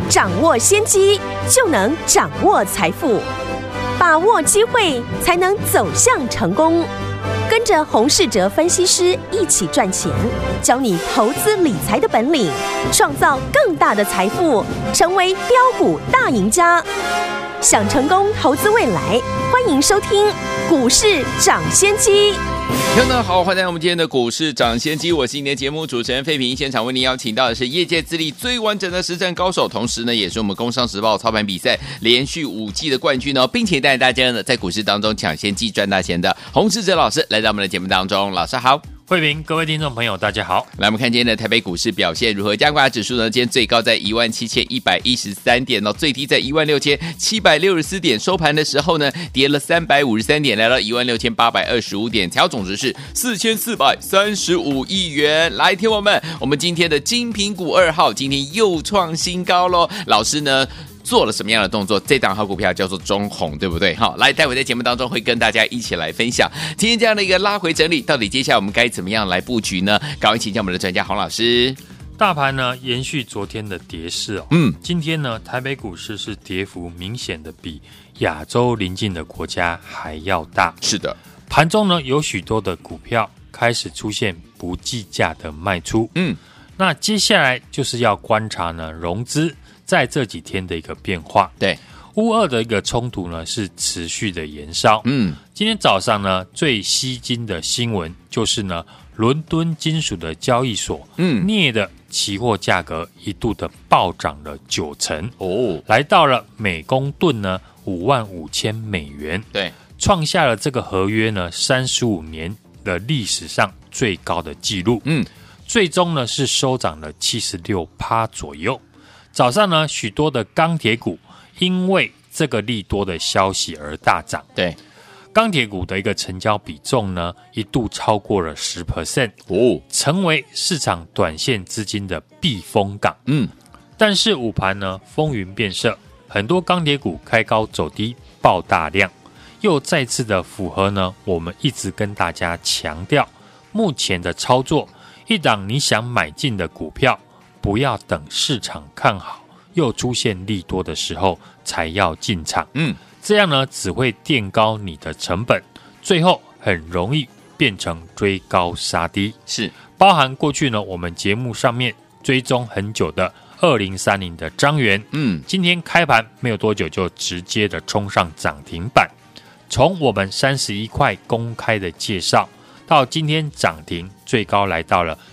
掌握先机，就能掌握财富。把握机会，才能走向成功。跟着洪士哲分析师一起赚钱，教你投资理财的本领，创造更大的财富，成为标股大赢家。想成功投资未来，欢迎收听股市涨先机。 听众好，欢迎来到我们今天的股市涨先机，我是你的节目主持人费平。现场为您邀请到的是业界资历最完整的实战高手，同时呢也是我们工商时报操盘比赛连续5季的冠军哦，并且带大家呢在股市当中抢先机赚大钱的洪士哲老师来到我们的节目当中。老师好。 慧平，各位听众朋友大家好。 来我们看今天的台北股市表现如何。加权指数呢今天最高在 17,113 点哦，最低在 16,764 点，收盘的时候呢跌了353点，来到 16,825 点，成交总值是4435亿元。来听我们今天的精品股2号今天又创新高咯。老师呢做了什么样的动作？这档好股票叫做中红，对不对？好，来，待会在节目当中会跟大家一起来分享今天这样的一个拉回整理，到底接下来我们该怎么样来布局呢？赶快请教我们的专家洪老师。 大盘呢延续昨天的跌势哦，今天呢台北股市是跌幅明显的比亚洲邻近的国家还要大。 是的， 盘中呢有许多的股票开始出现不计价的卖出，那接下来就是要观察呢融资在这几天的一个变化。 对， 乌俄的一个冲突呢是持续的延烧。今天早上呢最吸睛的新闻就是呢伦敦金属的交易所镍的期货价格一度的暴涨了90%哦，来到了每公吨呢55000美元，对，创下了这个合约呢35年的历史上最高的纪录。最终呢是收涨了76%左右。早上呢，许多的钢铁股因为这个利多的消息而大涨。对，钢铁股的一个成交比重呢，一度超过了 10%， 成为市场短线资金的避风港。但是午盘呢，风云变色，很多钢铁股开高走低，爆大量，又再次的符合呢我们一直跟大家强调，目前的操作，一档你想买进的股票，不要等市场看好又出现利多的时候才要进场，这样呢只会垫高你的成本，最后很容易变成追高杀低。是，包含过去呢我们节目上面追踪很久的2030的彰源，今天开盘没有多久就直接的冲上涨停板。从我们31块公开的介绍到今天涨停，最高来到了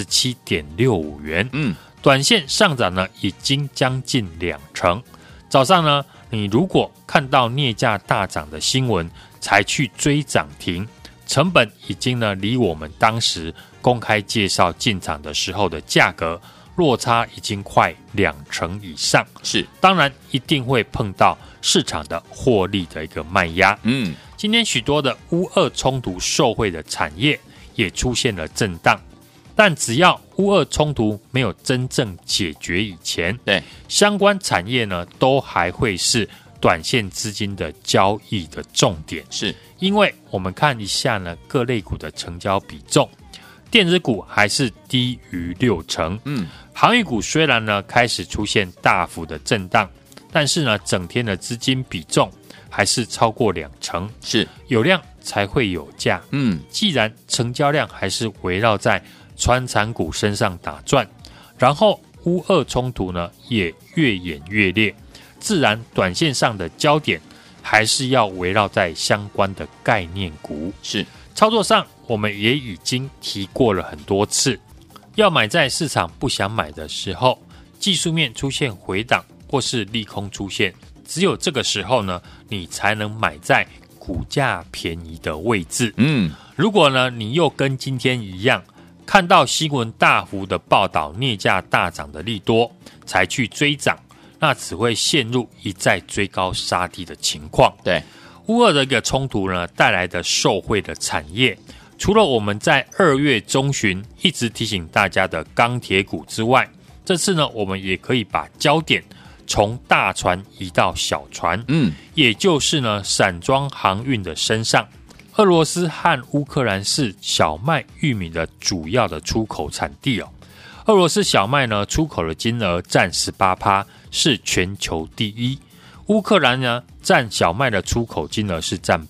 37.65元，短线上涨呢已经将近20%。早上呢，你如果看到镍价大涨的新闻才去追涨停，成本已经呢离我们当时公开介绍进场的时候的价格落差已经快20%以上。是，当然一定会碰到市场的获利的一个卖压。今天许多的乌俄冲突受惠的产业也出现了震荡，但只要乌俄冲突没有真正解决以前，对相关产业呢都还会是短线资金的交易的重点。是，因为我们看一下呢各类股的成交比重，电子股还是低于60%。航运股虽然呢开始出现大幅的震荡，但是呢整天的资金比重还是超过20%。是，有量才会有价。既然成交量还是围绕在传产股身上打转，然后乌俄冲突呢也越演越烈，自然短线上的焦点还是要围绕在相关的概念股。是，操作上我们也已经提过了很多次，要买在市场不想买的时候，技术面出现回档或是利空出现，只有这个时候呢，你才能买在股价便宜的位置。如果呢你又跟今天一样，看到新闻大幅的报道镍价大涨的利多才去追涨，那只会陷入一再追高杀低的情况。对，乌俄的一个冲突呢带来的受惠的产业，除了我们在2月中旬一直提醒大家的钢铁股之外，这次呢我们也可以把焦点从大船移到小船，也就是呢散装航运的身上。俄罗斯和乌克兰是小麦、玉米的主要的出口产地哦。 俄罗斯小麦呢出口的金额占 18%， 是全球第一。乌克兰呢占小麦的出口金额是占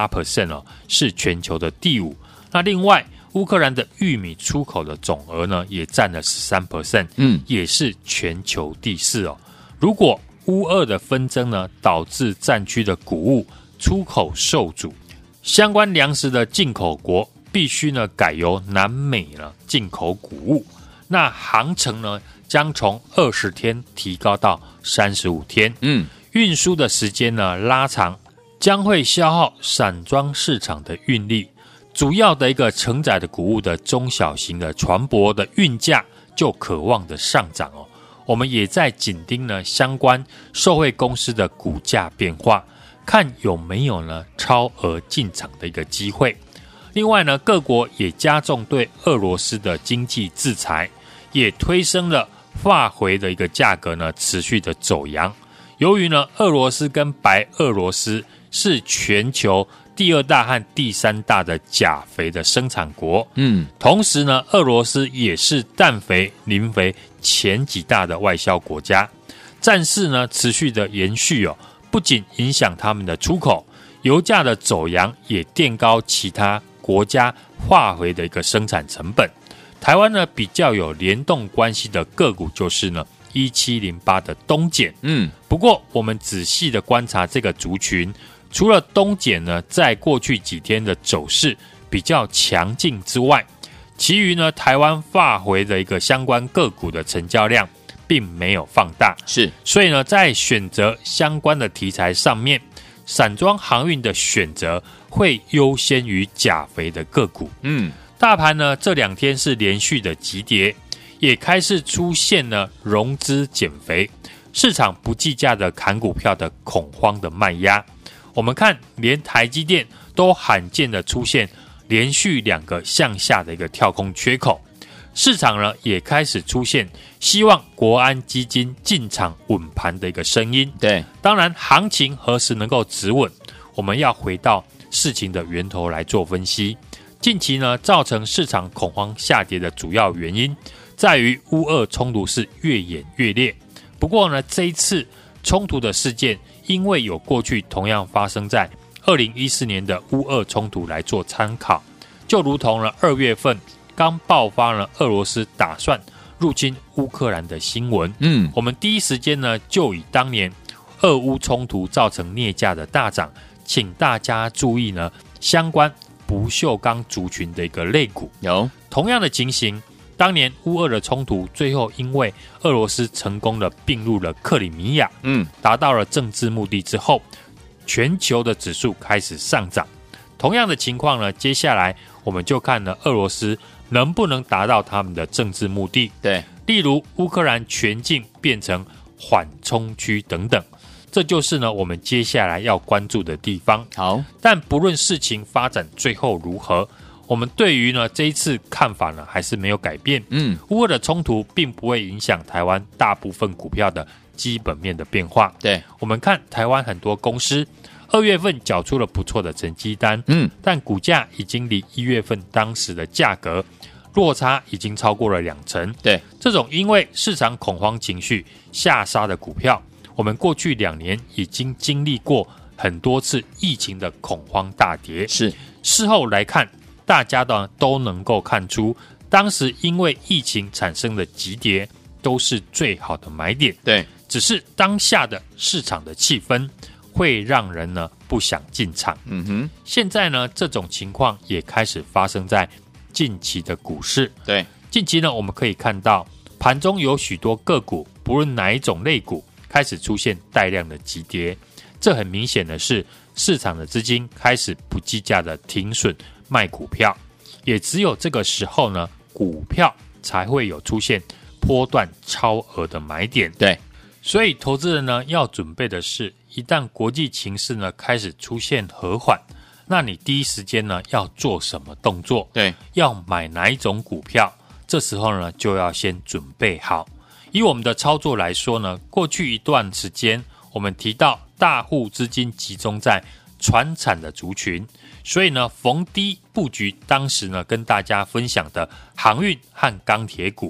8% 哦，是全球的第五。那另外乌克兰的玉米出口的总额呢也占了 13%， 也是全球第四哦。如果乌俄的纷争呢导致战区的谷物出口受阻，相关粮食的进口国必须呢改由南美呢进口谷物，那航程呢将从20天提高到35天，运输的时间呢拉长，将会消耗散装市场的运力，主要的一个承载的谷物的中小型的船舶的运价就可望的上涨哦。我们也在紧盯呢相关受惠公司的股价变化，看有没有呢超额进场的一个机会。另外呢，各国也加重对俄罗斯的经济制裁，也推升了化肥的一个价格呢持续的走扬。由于呢俄罗斯跟白俄罗斯是全球第2大和第3大的钾肥的生产国，同时呢俄罗斯也是氮肥、磷肥前几大的外销国家，战事呢持续的延续哦，不仅影响他们的出口，油价的走扬也垫高其他国家化肥的一个生产成本。台湾呢比较有联动关系的个股就是呢1708的东碱，不过我们仔细的观察这个族群，除了东碱呢在过去几天的走势比较强劲之外，其余呢台湾化肥的一个相关个股的成交量并没有放大， 是， 所以呢在选择相关的题材上面，散装航运的选择会优先于钾肥的个股。大盘呢这2天是连续的急跌，也开始出现了融资减肥，市场不计价的砍股票的恐慌的卖压。我们看连台积电都罕见的出现连续2个向下的一个跳空缺口，市场呢也开始出现希望国安基金进场稳盘的一个声音。 对， 当然行情何时能够止稳，我们要回到事情的源头来做分析。近期呢造成市场恐慌下跌的主要原因在于乌俄冲突是越演越烈。不过呢这一次冲突的事件，因为有过去同样发生在2014年的乌俄冲突来做参考，就如同了2月份刚爆发了俄罗斯打算入侵乌克兰的新闻，我们第一时间呢就以当年俄乌冲突造成镍价的大涨，请大家注意呢相关不锈钢族群的一个类股。 有同样的情形，当年乌俄的冲突最后因为俄罗斯成功的并入了克里米亚，达到了政治目的之后，全球的指数开始上涨。同样的情况呢，接下来我们就看了俄罗斯能不能达到他们的政治目的。 对， 例如乌克兰全境变成缓冲区等等，这就是呢我们接下来要关注的地方。 好， 但不论事情发展最后如何，我们对于呢这一次看法呢还是没有改变。乌俄的冲突并不会影响台湾大部分股票的基本面的变化。 对， 我们看台湾很多公司2月份缴出了不错的成绩单，但股价已经离1月份当时的价格落差已经超过了2成。 对， 这种因为市场恐慌情绪下杀的股票，我们过去2年已经经历过很多次疫情的恐慌大跌。 是， 事后来看，大家都能够看出，当时因为疫情产生的急跌都是最好的买点。 对， 只是当下的市场的气氛会让人呢不想进场。现在呢这种情况也开始发生在近期的股市。 对， 近期呢我们可以看到盘中有许多个股，不论哪一种类股，开始出现带量的急跌。这很明显的是市场的资金开始不计价的停损卖股票，也只有这个时候呢股票才会有出现波段超额的买点。 对， 所以投资人呢要准备的是，一旦国际情势呢开始出现和缓，那你第一时间呢要做什么动作？ 对， 要买哪一种股票？这时候呢就要先准备好。以我们的操作来说呢，过去一段时间我们提到大户资金集中在传产的族群，所以呢逢低布局当时呢跟大家分享的航运和钢铁股，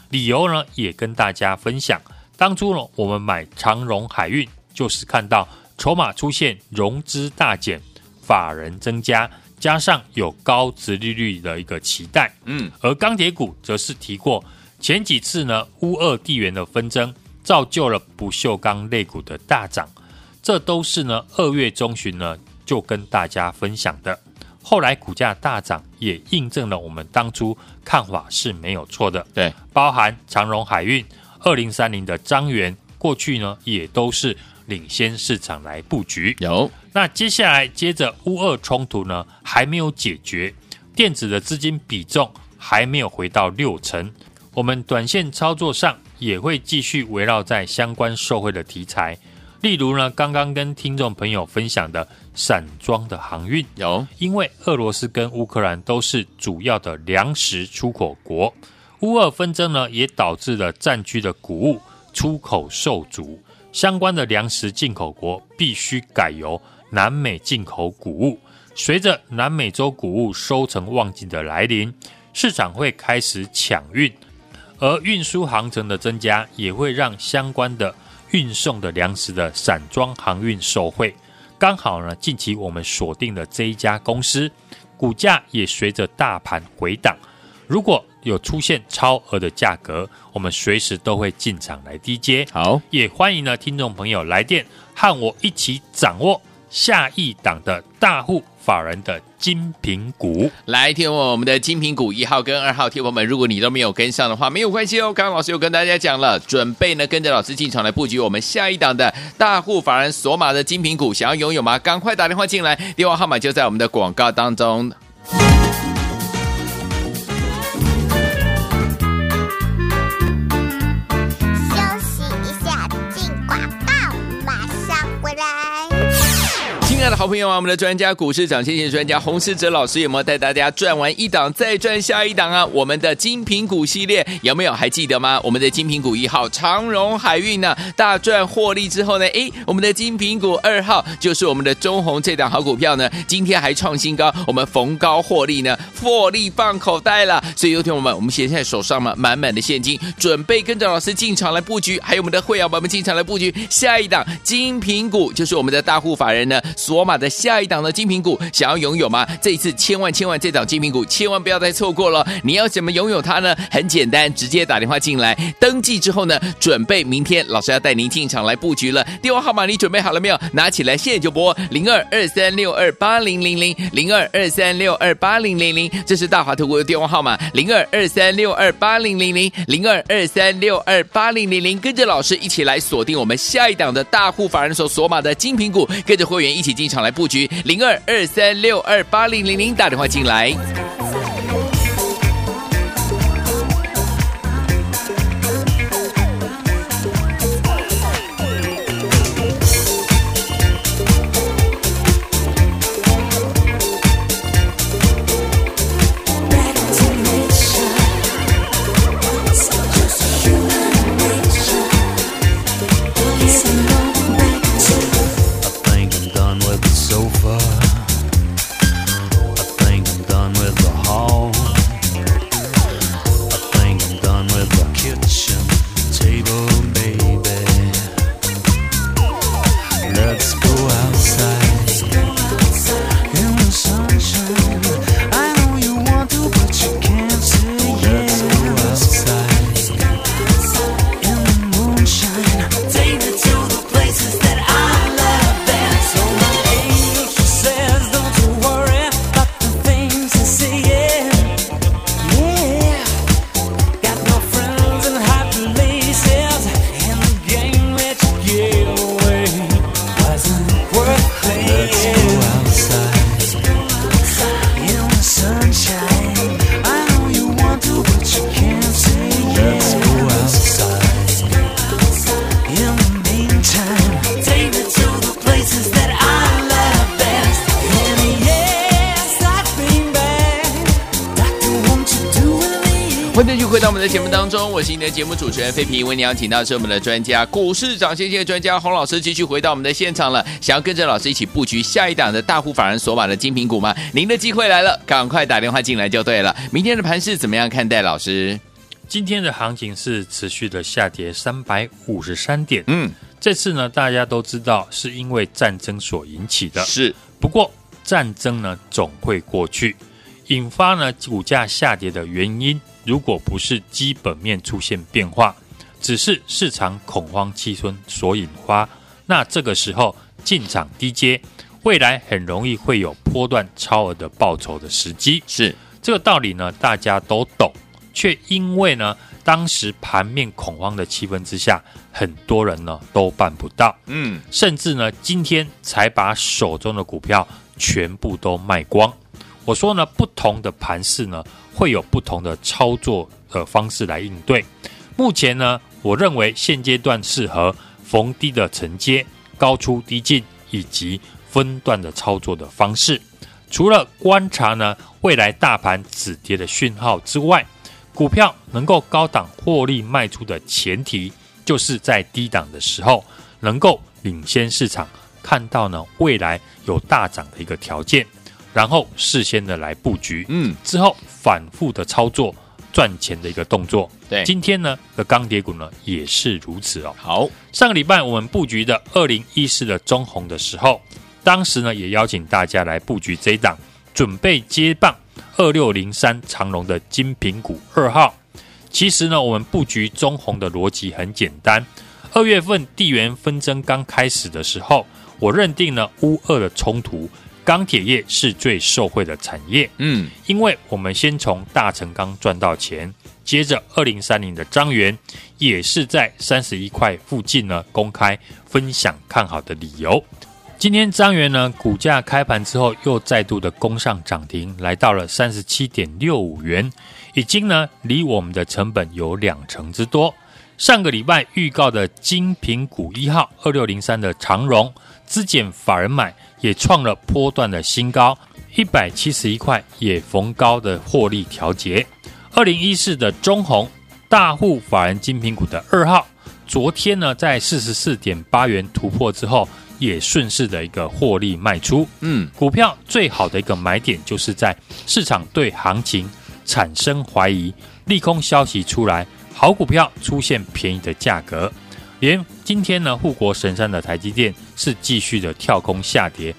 理由呢也跟大家分享。当初呢我们买长荣海运，就是看到筹码出现融资大减，法人增加，加上有高殖利率的一个期待。而钢铁股则是提过前几次呢乌俄地缘的纷争造就了不锈钢类股的大涨，这都是呢2月中旬呢就跟大家分享的。后来股价大涨，也印证了我们当初看法是没有错的。 对， 包含长荣海运、2030的彰源，过去呢也都是领先市场来布局。 有， 那接下来接着乌俄冲突呢还没有解决，电子的资金比重还没有回到60%，我们短线操作上也会继续围绕在相关受惠的题材。例如呢，刚刚跟听众朋友分享的散装的航运， 有， 因为俄罗斯跟乌克兰都是主要的粮食出口国，乌俄纷争呢也导致了占据的谷物出口受阻，相关的粮食进口国必须改由南美进口谷物。随着南美洲谷物收成旺季的来临，市场会开始抢运，而运输航程的增加也会让相关的运送的粮食的散装航运受惠。刚好呢，近期我们锁定的这一家公司，股价也随着大盘回档，如果有出现超额的价格，我们随时都会进场来低接。 好， 也欢迎呢听众朋友来电和我一起掌握下一档的大户法人的精品股。 来听我们的精品股1号跟2号，听友们，如果你都没有跟上的话，没有关系哦。刚刚老师有跟大家讲了，准备呢跟着老师进场来布局我们下一档的大户法人索马的精品股，想要拥有吗？赶快打电话进来，电话号码就在我们的广告当中。亲爱的好朋友啊，我们的专家股市涨先见专家洪士哲老师有没有带大家赚完一档再赚下一档啊？我们的精品股系列有没有还记得吗？我们的精品股1号长荣海运呢大赚获利之后呢，我们的精品股2号就是我们的中宏这档好股票呢，今天还创新高，我们逢高获利呢，获利放口袋了。所以有听我们现在手上嘛满满的现金，准备跟着老师进场来布局，还有我们的会员宝宝们进场来布局下一档精品股，就是我们的大户法人呢索马的下一档的精品股，想要拥有吗？这一次千万这档精品股千万不要再错过了。你要怎么拥有它呢？很简单，直接打电话进来登记之后呢，准备明天老师要带您进场来布局了。电话号码你准备好了没有？拿起来现在就拨0223628000 0223628000，这是大华投顾的电话号码0223628000 0223628000，跟着老师一起来锁定我们下一档的大户法人所索马的精品股，跟着会员一起进场来布局0223628000，打电话进来。欢迎继续回到我们的节目当中，我是你的节目主持人费平，为你邀请到是我们的专家股市涨先见专家洪老师，继续回到我们的现场了。想要跟着老师一起布局下一档的大户法人索马的精品股吗？您的机会来了，赶快打电话进来就对了。明天的盘势怎么样看待？老师？ 今天的行情是持续的下跌353点。这次呢，大家都知道是因为战争所引起的。 是， 不过战争呢总会过去，引发呢股价下跌的原因，如果不是基本面出现变化，只是市场恐慌气氛所引发，那这个时候进场低接，未来很容易会有波段超额的报酬的时机。 是， 这个道理呢大家都懂，却因为呢当时盘面恐慌的气氛之下，很多人呢都办不到。甚至呢今天才把手中的股票全部都卖光。我说呢，不同的盘势呢会有不同的操作的方式来应对。目前呢，我认为现阶段适合逢低的承接、高出低进以及分段的操作的方式。除了观察呢未来大盘止跌的讯号之外，股票能够高档获利卖出的前提，就是在低档的时候能够领先市场，看到呢未来有大涨的一个条件，然后事先的来布局，之后反复的操作赚钱的一个动作。 对， 今天呢的钢铁股呢也是如此哦。 好， 上个礼拜我们布局的2014的中鸿的时候，当时呢也邀请大家来布局这一档，准备接棒2603长荣的精品股2号。其实呢，我们布局中鸿的逻辑很简单。2月份地缘纷争刚开始的时候，我认定呢乌俄的冲突，钢铁业是最受惠的产业。因为我们先从大成钢赚到钱，接着2030的彰源也是在31块附近呢公开分享看好的理由。今天彰源呢股价开盘之后又再度的攻上涨停，来到了 37.65 元，已经呢离我们的成本有20%之多。上个礼拜预告的精品股1号2603的长荣，资减法人买也创了波段的新高，171块也逢高的获利调节。2014的中鸿，大户法人精品股的2号，昨天呢在 44.8 元突破之后，也顺势的一个获利卖出。股票最好的一个买点，就是在市场对行情产生怀疑，利空消息出来，好股票出现便宜的价格。连今天呢护国神山的台积电是继续的跳空下跌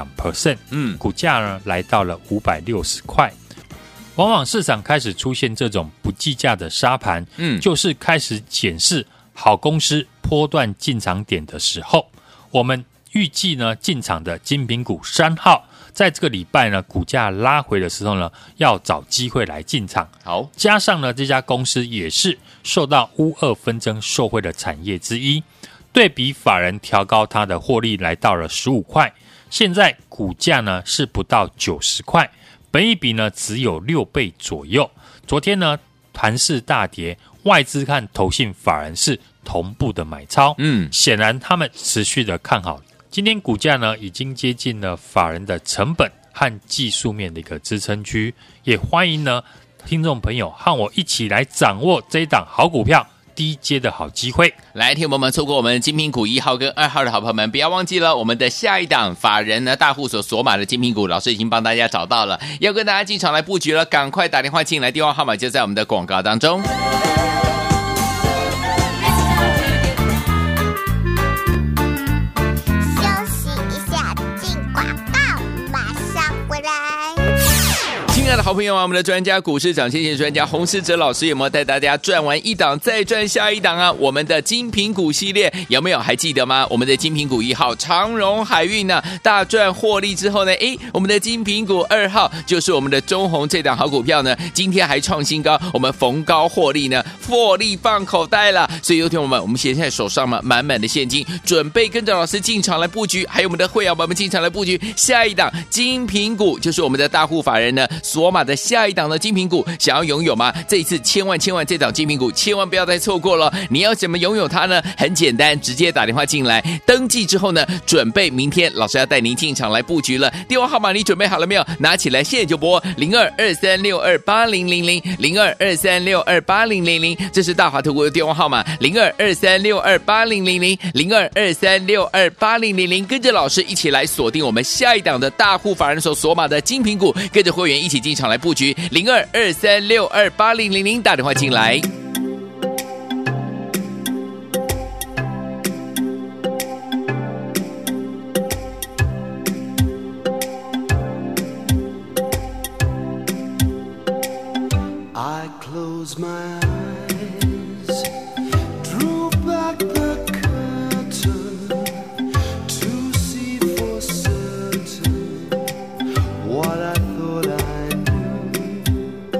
2%，股价呢来到了560块。往往市场开始出现这种不计价的杀盘，就是开始检视好公司波段进场点的时候。我们预计呢进场的精品股3号，在这个礼拜呢股价拉回的时候呢，要找机会来进场。好，加上呢这家公司也是受到乌俄纷争受惠的产业之一，对比法人调高它的获利来到了15块，现在股价呢是不到90块，本益比呢只有6倍左右。昨天呢盘势大跌，外资和投信法人是同步的买超，显然他们持续的看好。今天股价呢已经接近了法人的成本和技术面的一个支撑区，也欢迎呢听众朋友和我一起来掌握这一档好股票低阶的好机会。 来，听友们错过我们精品股1号跟2号的好朋友们，不要忘记了我们的下一档法人呢大户所锁码的精品股，老师已经帮大家找到了，要跟大家进场来布局了，赶快打电话进来，电话号码就在我们的广告当中。亲爱的好朋友啊，我们的专家股市涨先线专家洪士哲老师有没有带大家赚完一档再赚下一档啊？我们的精品股系列有没有还记得吗？我们的精品股1号长荣海运呢大赚获利之后呢，我们的精品股2号就是我们的中鸿这档好股票呢，今天还创新高，我们逢高获利呢，获利放口袋了。所以有听我们现在手上嘛满满的现金，准备跟着老师进场来布局，还有我们的会员朋友们进场来布局下一档精品股，就是我们的大户法人呢索码的下一档的精品股，想要拥有吗？这一次千万这档精品股千万不要再错过了。你要怎么拥有它呢？很简单，直接打电话进来登记之后呢，准备明天老师要带您进场来布局了。电话号码你准备好了没有？拿起来现在就拨0223628000 0223628000，这是大华投顾的电话号码0223628000 0223628000，跟着老师一起来锁定我们下一档的大户法人所锁码的精品股，跟着会员一起进场来布局0223628000，打电话进来。 close my eyes, drew back the curtain to see for certain what I thought I knew.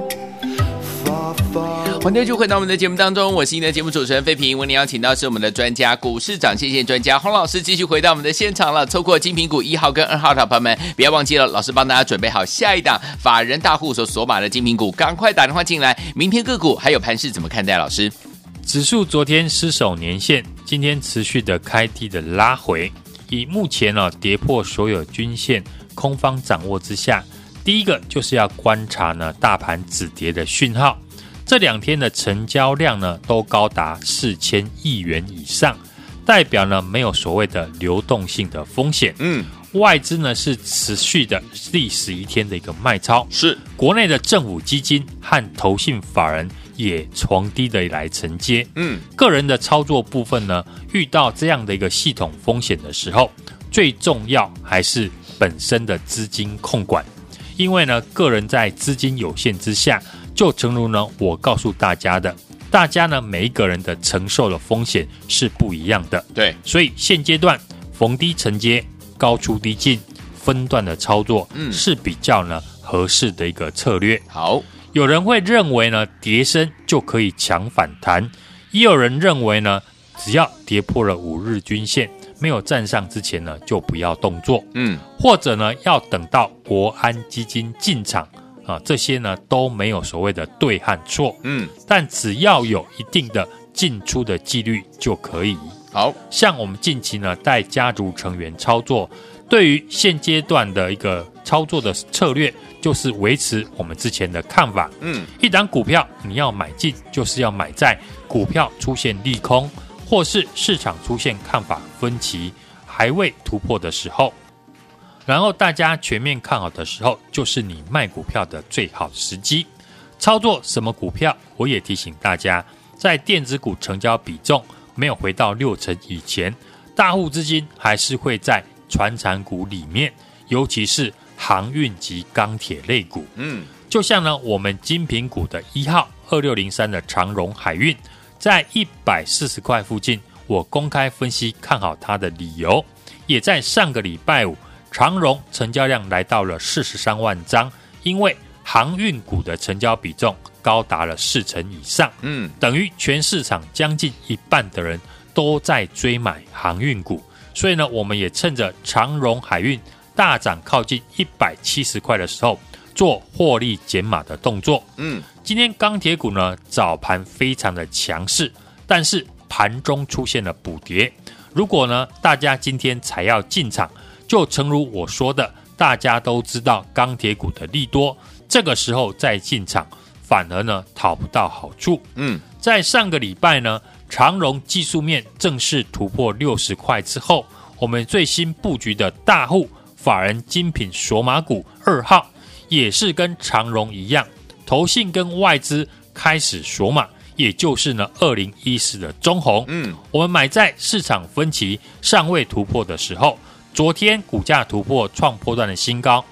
Far, far. 欢迎继续回到我们的节目当中，我是你的节目主持人费平。为您邀请到是我们的专家股市长线线专家洪老师，继续回到我们的现场了。错过精品股1号跟2号的朋友们，不要忘记了，老师帮大家准备好下一档法人大户所锁码的精品股，赶快打电话进来。明天个股还有盘势怎么看待？老师， 指数昨天失守年线，今天持续的开低的拉回，以目前跌破所有均线，空方掌握之下，第一个就是要观察大盘止跌的讯号。这2天的成交量都高达4000亿元以上，代表没有所谓的流动性的风险。外资是持续的第11天的一个卖超， 是国内的政府基金和投信法人也从低的来承接。个人的操作部分遇到这样的一个系统风险的时候，最重要还是本身的资金控管，因为个人在资金有限之下，就诚如我告诉大家的，大家每一个人的承受的风险是不一样的。 对， 所以现阶段逢低承接，高出低进，分段的操作是比较合适的一个策略。 好， 有人会认为跌升就可以抢反弹，也有人认为只要跌破了5日均线，没有站上之前就不要动作。或者要等到国安基金进场这些都没有所谓的对和错。但只要有一定的进出的纪律就可以。 好， 像我们近期带家族成员操作，对于现阶段的一个操作的策略，就是维持我们之前的看法。一档股票你要买进，就是要买在股票出现利空，或是市场出现看法分歧，还未突破的时候。然后大家全面看好的时候，就是你卖股票的最好时机。操作什么股票，我也提醒大家，在电子股成交比重没有回到60%以前，大户资金还是会在传产股里面，尤其是航运及钢铁类股。就像我们精品股的1号2603的长荣海运，在140块附近，我公开分析看好它的理由，也在上个礼拜五，长荣成交量来到了43万张，因为航运股的成交比重高达了40%以上，等于全市场将近一半的人都在追买航运股，所以我们也趁着长荣海运大涨靠近170块的时候，做获利减码的动作。今天钢铁股早盘非常的强势，但是盘中出现了补跌。如果大家今天才要进场，就诚如我说的，大家都知道钢铁股的利多，这个时候再进场，反而讨不到好处。在上个礼拜长荣技术面正式突破60块之后，我们最新布局的大户法人精品锁码股2号，也是跟长荣一样，投信跟外资开始锁码，也就是2014的中红。我们买在市场分歧尚未突破的时候，昨天股价突破创波段的新高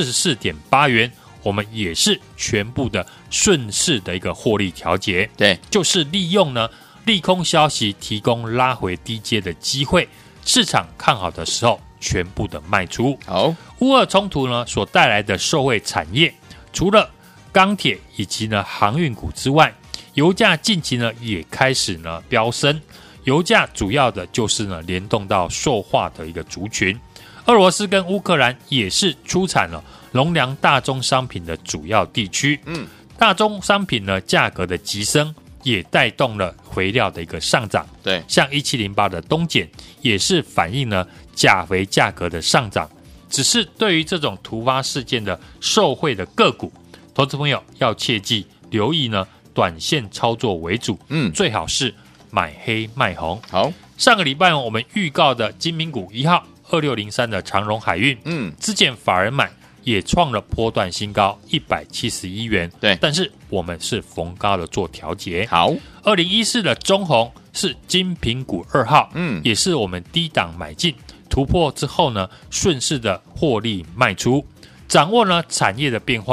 44.8 元，我们也是全部的顺势的一个获利调节。 对， 就是利用利空消息提供拉回低阶的机会，市场看好的时候全部的卖出。 好， 乌俄冲突所带来的受惠产业，除了钢铁以及航运股之外，油价近期也开始飙升。油价主要的就是联动到塑化的一个族群，俄罗斯跟乌克兰也是出产了农粮大宗商品的主要地区。大宗商品价格的急升，也带动了肥料的一个上涨。 对， 像1708的东碱也是反映钾肥价格的上涨。只是对于这种突发事件的受惠的个股，投资朋友要切记留意短线操作为主。最好是买黑卖红。好，上个礼拜我们预告的精品股1号2603的长荣海运，之前法人买也创了波段新高171元。 对， 但是我们是逢高的做调节。 好 ，2014的中红是精品股2号，也是我们低档买进，突破之后顺势的获利卖出，掌握产业的变化，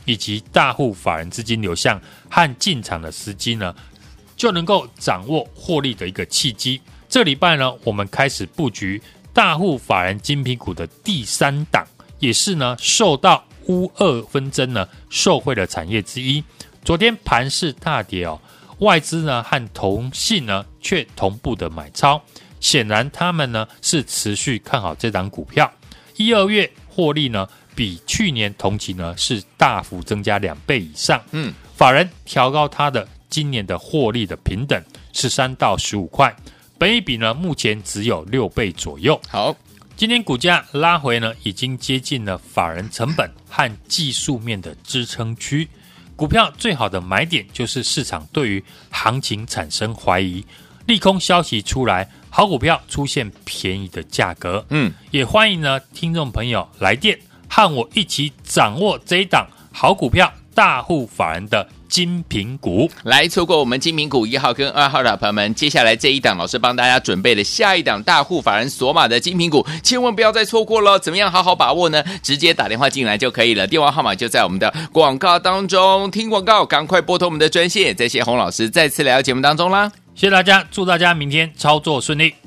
以及大户法人资金流向和进场的时机呢，就能够掌握获利的一个契机。这礼拜呢，我们开始布局大户法人精品股的第3档，也是呢受到乌俄纷争呢受惠的产业之一。昨天盘势大跌哦，外资呢和投信呢却同步的买超，显然他们呢是持续看好这档股票。1、2月获利呢比去年同期呢是大幅增加2倍以上。法人调高他的今年的获利的平等13到15块，本益比呢目前只有6倍左右。 好， 今天股价拉回呢，已经接近了法人成本和技术面的支撑区。股票最好的买点就是市场对于行情产生怀疑，利空消息出来，好股票出现便宜的价格。也欢迎呢听众朋友来电和我一起掌握这一档好股票，大户法人的精品股。 来，错过我们精品股1号跟2号的朋友们，接下来这一档老师帮大家准备的下一档大户法人索马的精品股，千万不要再错过了。怎么样好好把握呢？直接打电话进来就可以了，电话号码就在我们的广告当中。听广告赶快拨通我们的专线。再谢洪老师再次来到节目当中啦， 谢谢大家，祝大家明天操作顺利。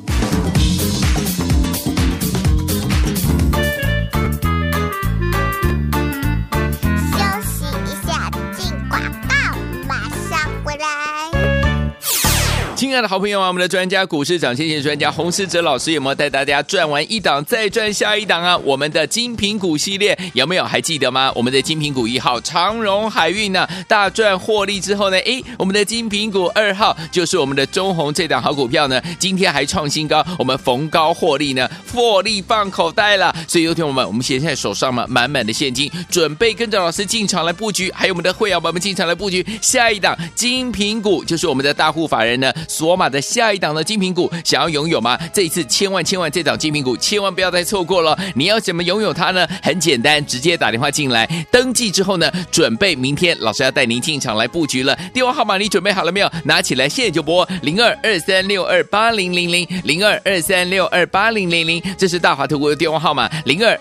亲爱的好朋友啊，我们的专家股市涨先线专家洪士哲老师有没有带大家赚完一档再赚下一档啊？我们的精品股系列有没有还记得吗？我们的精品股1号长荣海运呢大赚获利之后呢，我们的精品股2号就是我们的中鸿这档好股票呢，今天还创新高，我们逢高获利呢，获利放口袋了。所以有听我们现在手上嘛满满的现金，准备跟着老师进场来布局，还有我们的会员朋友们进场来布局下一档精品股，就是我们的大户法人呢索马的下一档的精品股，想要拥有吗？这一次千万这档精品股千万不要再错过了。你要怎么拥有它呢？很简单，直接打电话进来登记之后呢，准备明天老师要带您进场来布局了。电话号码你准备好了没有？拿起来现在就拨0223628000，0223628000，这是大华投顾的电话号码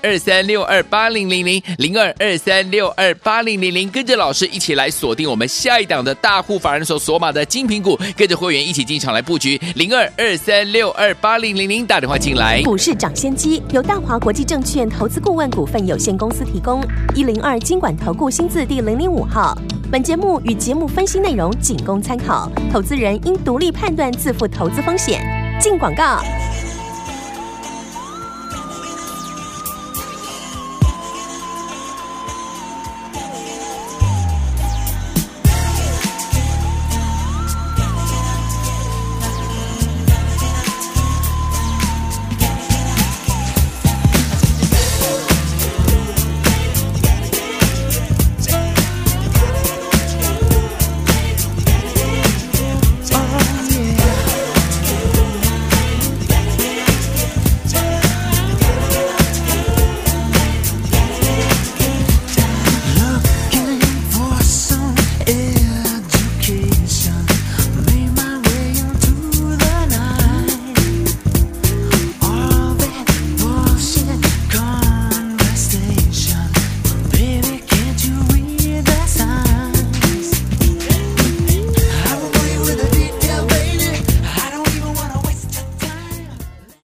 0223628000，0223628000，跟着老师一起来锁定我们下一档的大户法人所索马的精品股，跟着会员一起进场来布局，0223628000，打电话进来。 股市涨先机由大华国际证券投资顾问股份有限公司提供，102金管投顾新字第005号。本节目与节目分析内容仅供参考，投资人应独立判断，自负投资风险。进广告。